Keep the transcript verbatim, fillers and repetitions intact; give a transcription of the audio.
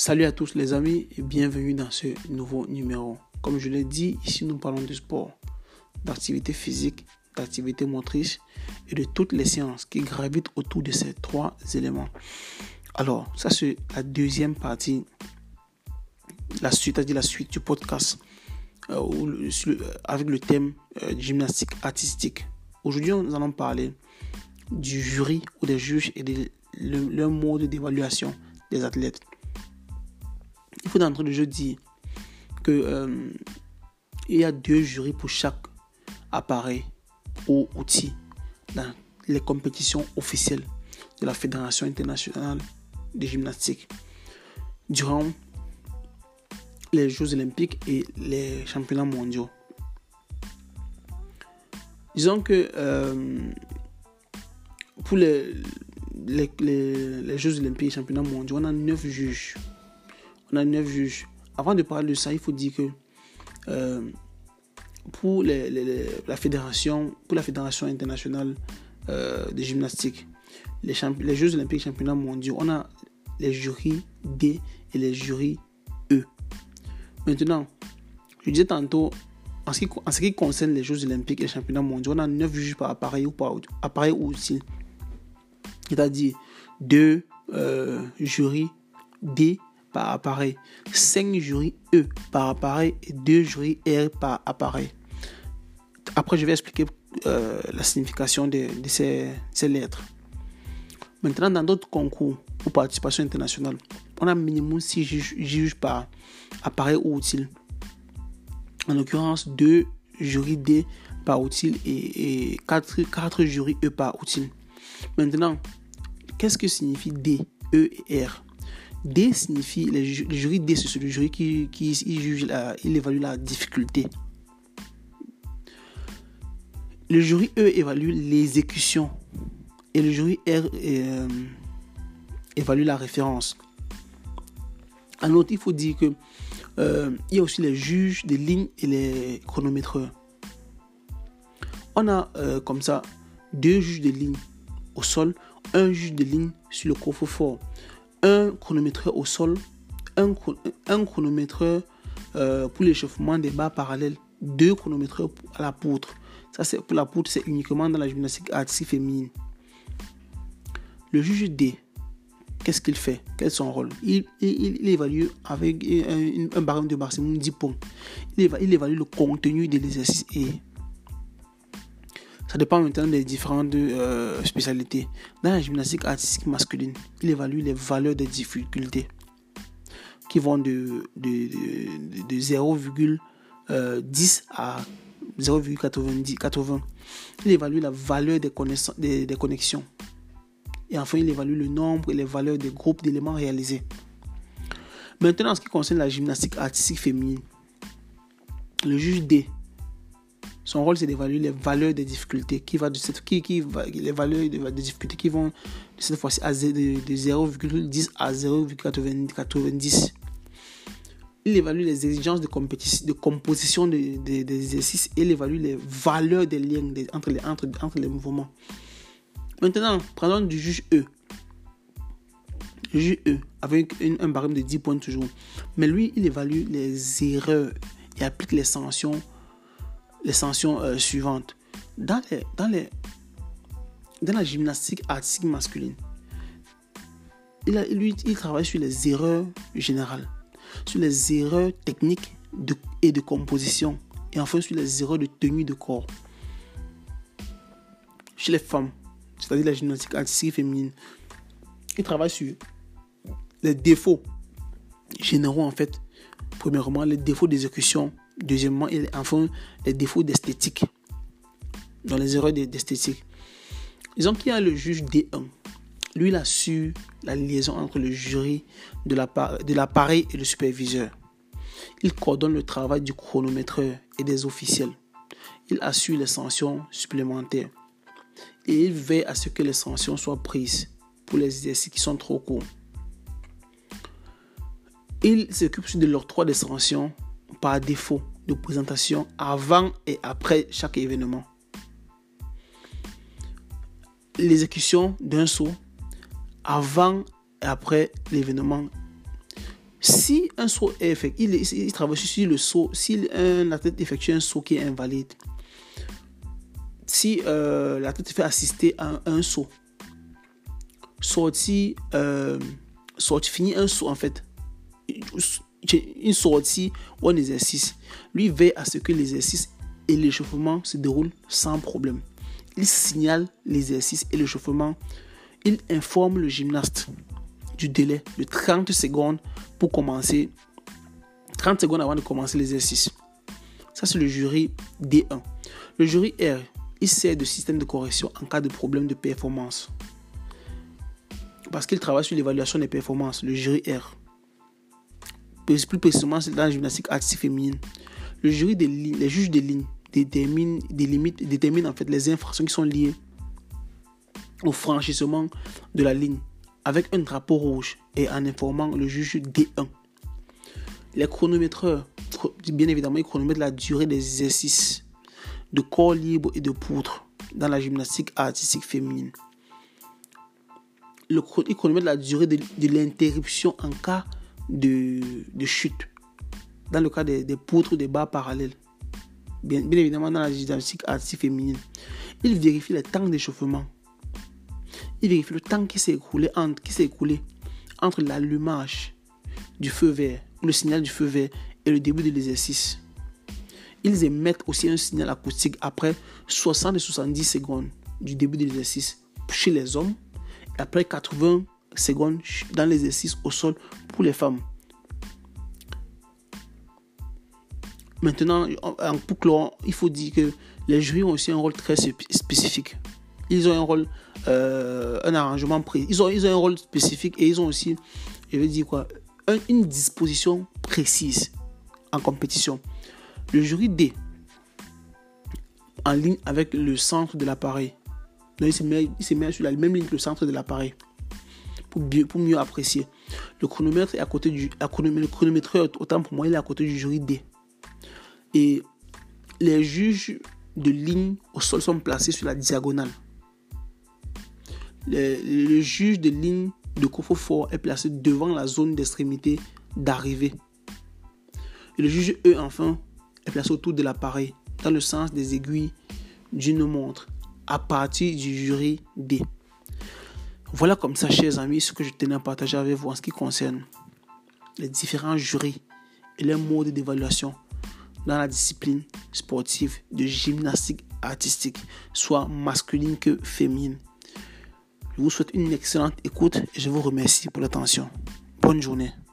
Salut à tous les amis et bienvenue dans ce nouveau numéro. Comme je l'ai dit, ici nous parlons de sport, d'activité physique, d'activité motrice et de toutes les séances qui gravitent autour de ces trois éléments. Alors, ça c'est la deuxième partie, la suite, c'est-à-dire la suite du podcast euh, où le, avec le thème euh, gymnastique artistique. Aujourd'hui, nous allons parler du jury ou des juges et de le, leur mode d'évaluation des athlètes. Il faut d'entrée de jeu dire que euh, il y a deux jurys pour chaque appareil ou outil dans les compétitions officielles de la Fédération internationale de gymnastique durant les Jeux olympiques et les championnats mondiaux. Disons que euh, pour les, les, les, les Jeux olympiques et les championnats mondiaux, on a neuf juges. On a neuf juges. Avant de parler de ça, il faut dire que euh, pour les, les, les, la fédération, pour la fédération internationale euh, de gymnastique, les, champ- les Jeux olympiques et championnats mondiaux, on a les jurys D et les jurys E. Maintenant, je disais tantôt, en ce qui, en ce qui concerne les Jeux olympiques et les championnats mondiaux, on a neuf juges par appareil ou par appareil ou outil. C'est-à-dire deux euh, jurys D par appareil, cinq jurys E par appareil et deux jurys R par appareil. Après, je vais expliquer euh, la signification de, de ces, ces lettres. Maintenant, dans d'autres concours ou participation internationale, on a minimum six juges, juges par appareil ou outil. En l'occurrence, deux jurys D par outil et, et quatre, quatre jurys E par outil. Maintenant, qu'est-ce que signifie D, E et R? D signifie, le jury D, c'est le jury qui, qui il juge, la, il évalue la difficulté. Le jury E évalue l'exécution et le jury R euh, évalue la référence. En outre, il faut dire que euh, il y a aussi les juges des lignes et les chronométreurs. On a euh, comme ça deux juges de ligne au sol, un juge de ligne sur le coffre-fort, un chronométreur au sol, un, un chronométreur euh, pour l'échauffement des barres parallèles, deux chronométreurs à la poutre. Ça, c'est pour la poutre, c'est uniquement dans la gymnastique artistique féminine. Le juge D, qu'est-ce qu'il fait? Quel est son rôle? il, il, il évalue avec un, un barème de maximum dix points. Il évalue, il évalue le contenu de l'exercice et ça dépend maintenant des différentes euh, spécialités. Dans la gymnastique artistique masculine, il évalue les valeurs des difficultés qui vont de, de, de, de zéro virgule dix à zéro virgule quatre-vingts. Il évalue la valeur des, des, des connexions. Et enfin, il évalue le nombre et les valeurs des groupes d'éléments réalisés. Maintenant, en ce qui concerne la gymnastique artistique féminine, le juge D, son rôle, c'est d'évaluer les valeurs des difficultés qui va de cette qui qui va, les valeurs des difficultés qui vont de cette fois-ci à de, de zéro virgule dix à zéro virgule quatre-vingt-dix. Il évalue les exigences de, compétition, de composition des de, de exercices et il évalue les valeurs des liens de, entre, les, entre, entre les mouvements. Maintenant, prenons du juge E. Le juge E, avec une, un barème de dix points toujours. Mais lui, il évalue les erreurs et applique les sanctions les sanctions euh, suivantes. Dans, les, dans, les, dans la gymnastique artistique masculine, il, a, lui, il travaille sur les erreurs générales, sur les erreurs techniques de, et de composition, et enfin sur les erreurs de tenue de corps. Chez les femmes, c'est-à-dire la gymnastique artistique féminine, il travaille sur les défauts généraux en fait. Premièrement, les défauts d'exécution. Deuxièmement, et enfin, les défauts d'esthétique. Dans les erreurs d'esthétique. Disons qu'il y a le juge D un. Lui, il assure la liaison entre le jury de l'appareil et le superviseur. Il coordonne le travail du chronométreur et des officiels. Il assure les sanctions supplémentaires. Et il veille à ce que les sanctions soient prises pour les exercices qui sont trop courts. Il s'occupe de l'octroi des sanctions par défaut de présentation avant et après chaque événement. L'exécution d'un saut avant et après l'événement Si un saut est effectué, il, il, il travaille sur le saut, si un athlète effectue un saut qui est invalide, si euh, l'athlète fait assister à un, à un saut, sortie, euh, sortie, finit un saut en fait, une sortie ou un exercice, lui veille à ce que l'exercice et l'échauffement se déroulent sans problème. Il signale l'exercice et l'échauffement. Il informe le gymnaste du délai de trente secondes pour commencer, trente secondes avant de commencer l'exercice. Ça, c'est le jury D un. Le jury R, il sert de système de correction en cas de problème de performance. Parce qu'il travaille sur l'évaluation des performances, le jury R. Plus précisément, c'est dans la gymnastique artistique féminine. Le jury des lignes, les juges des lignes déterminent des limites, déterminent en fait les infractions qui sont liées au franchissement de la ligne avec un drapeau rouge et en informant le juge D un. Les chronométreurs, bien évidemment, ils chronomètrent la durée des exercices de corps libre et de poutre dans la gymnastique artistique féminine. Le, ils chronomètrent la durée de, de l'interruption en cas de, de chute, dans le cas des, des poutres des barres parallèles. Bien, bien évidemment, dans la gymnastique artistique féminine, ils vérifient les temps d'échauffement. Il vérifie le temps qui s'est écoulé entre, qui s'est écoulé entre l'allumage du feu vert, le signal du feu vert et le début de l'exercice. Ils émettent aussi un signal acoustique après soixante et soixante-dix secondes du début de l'exercice chez les hommes et après quatre-vingts secondes dans l'exercice au sol pour les femmes. Maintenant, en boucle, il faut dire que les jurys ont aussi un rôle très spécifique. Ils ont un rôle, euh, un arrangement précis. Ils ont, ils ont un rôle spécifique et ils ont aussi, je vais dire quoi, un, une disposition précise en compétition. Le jury D, en ligne avec le centre de l'appareil. Donc, il se met, il se met sur la même ligne que le centre de l'appareil pour, pour mieux apprécier. Le chronomètre est à côté du, à chronomètre, le chronométreur, autant pour moi, il est à côté du jury D. Et les juges de ligne au sol sont placés sur la diagonale. Le, le juge de ligne de coffre-fort est placé devant la zone d'extrémité d'arrivée. Et le juge E, enfin, est placé autour de l'appareil, dans le sens des aiguilles d'une montre, à partir du jury D. Voilà comme ça, chers amis, ce que je tenais à partager avec vous en ce qui concerne les différents jurys et les modes d'évaluation dans la discipline sportive de gymnastique artistique, soit masculine que féminine. Je vous souhaite une excellente écoute et je vous remercie pour l'attention. Bonne journée.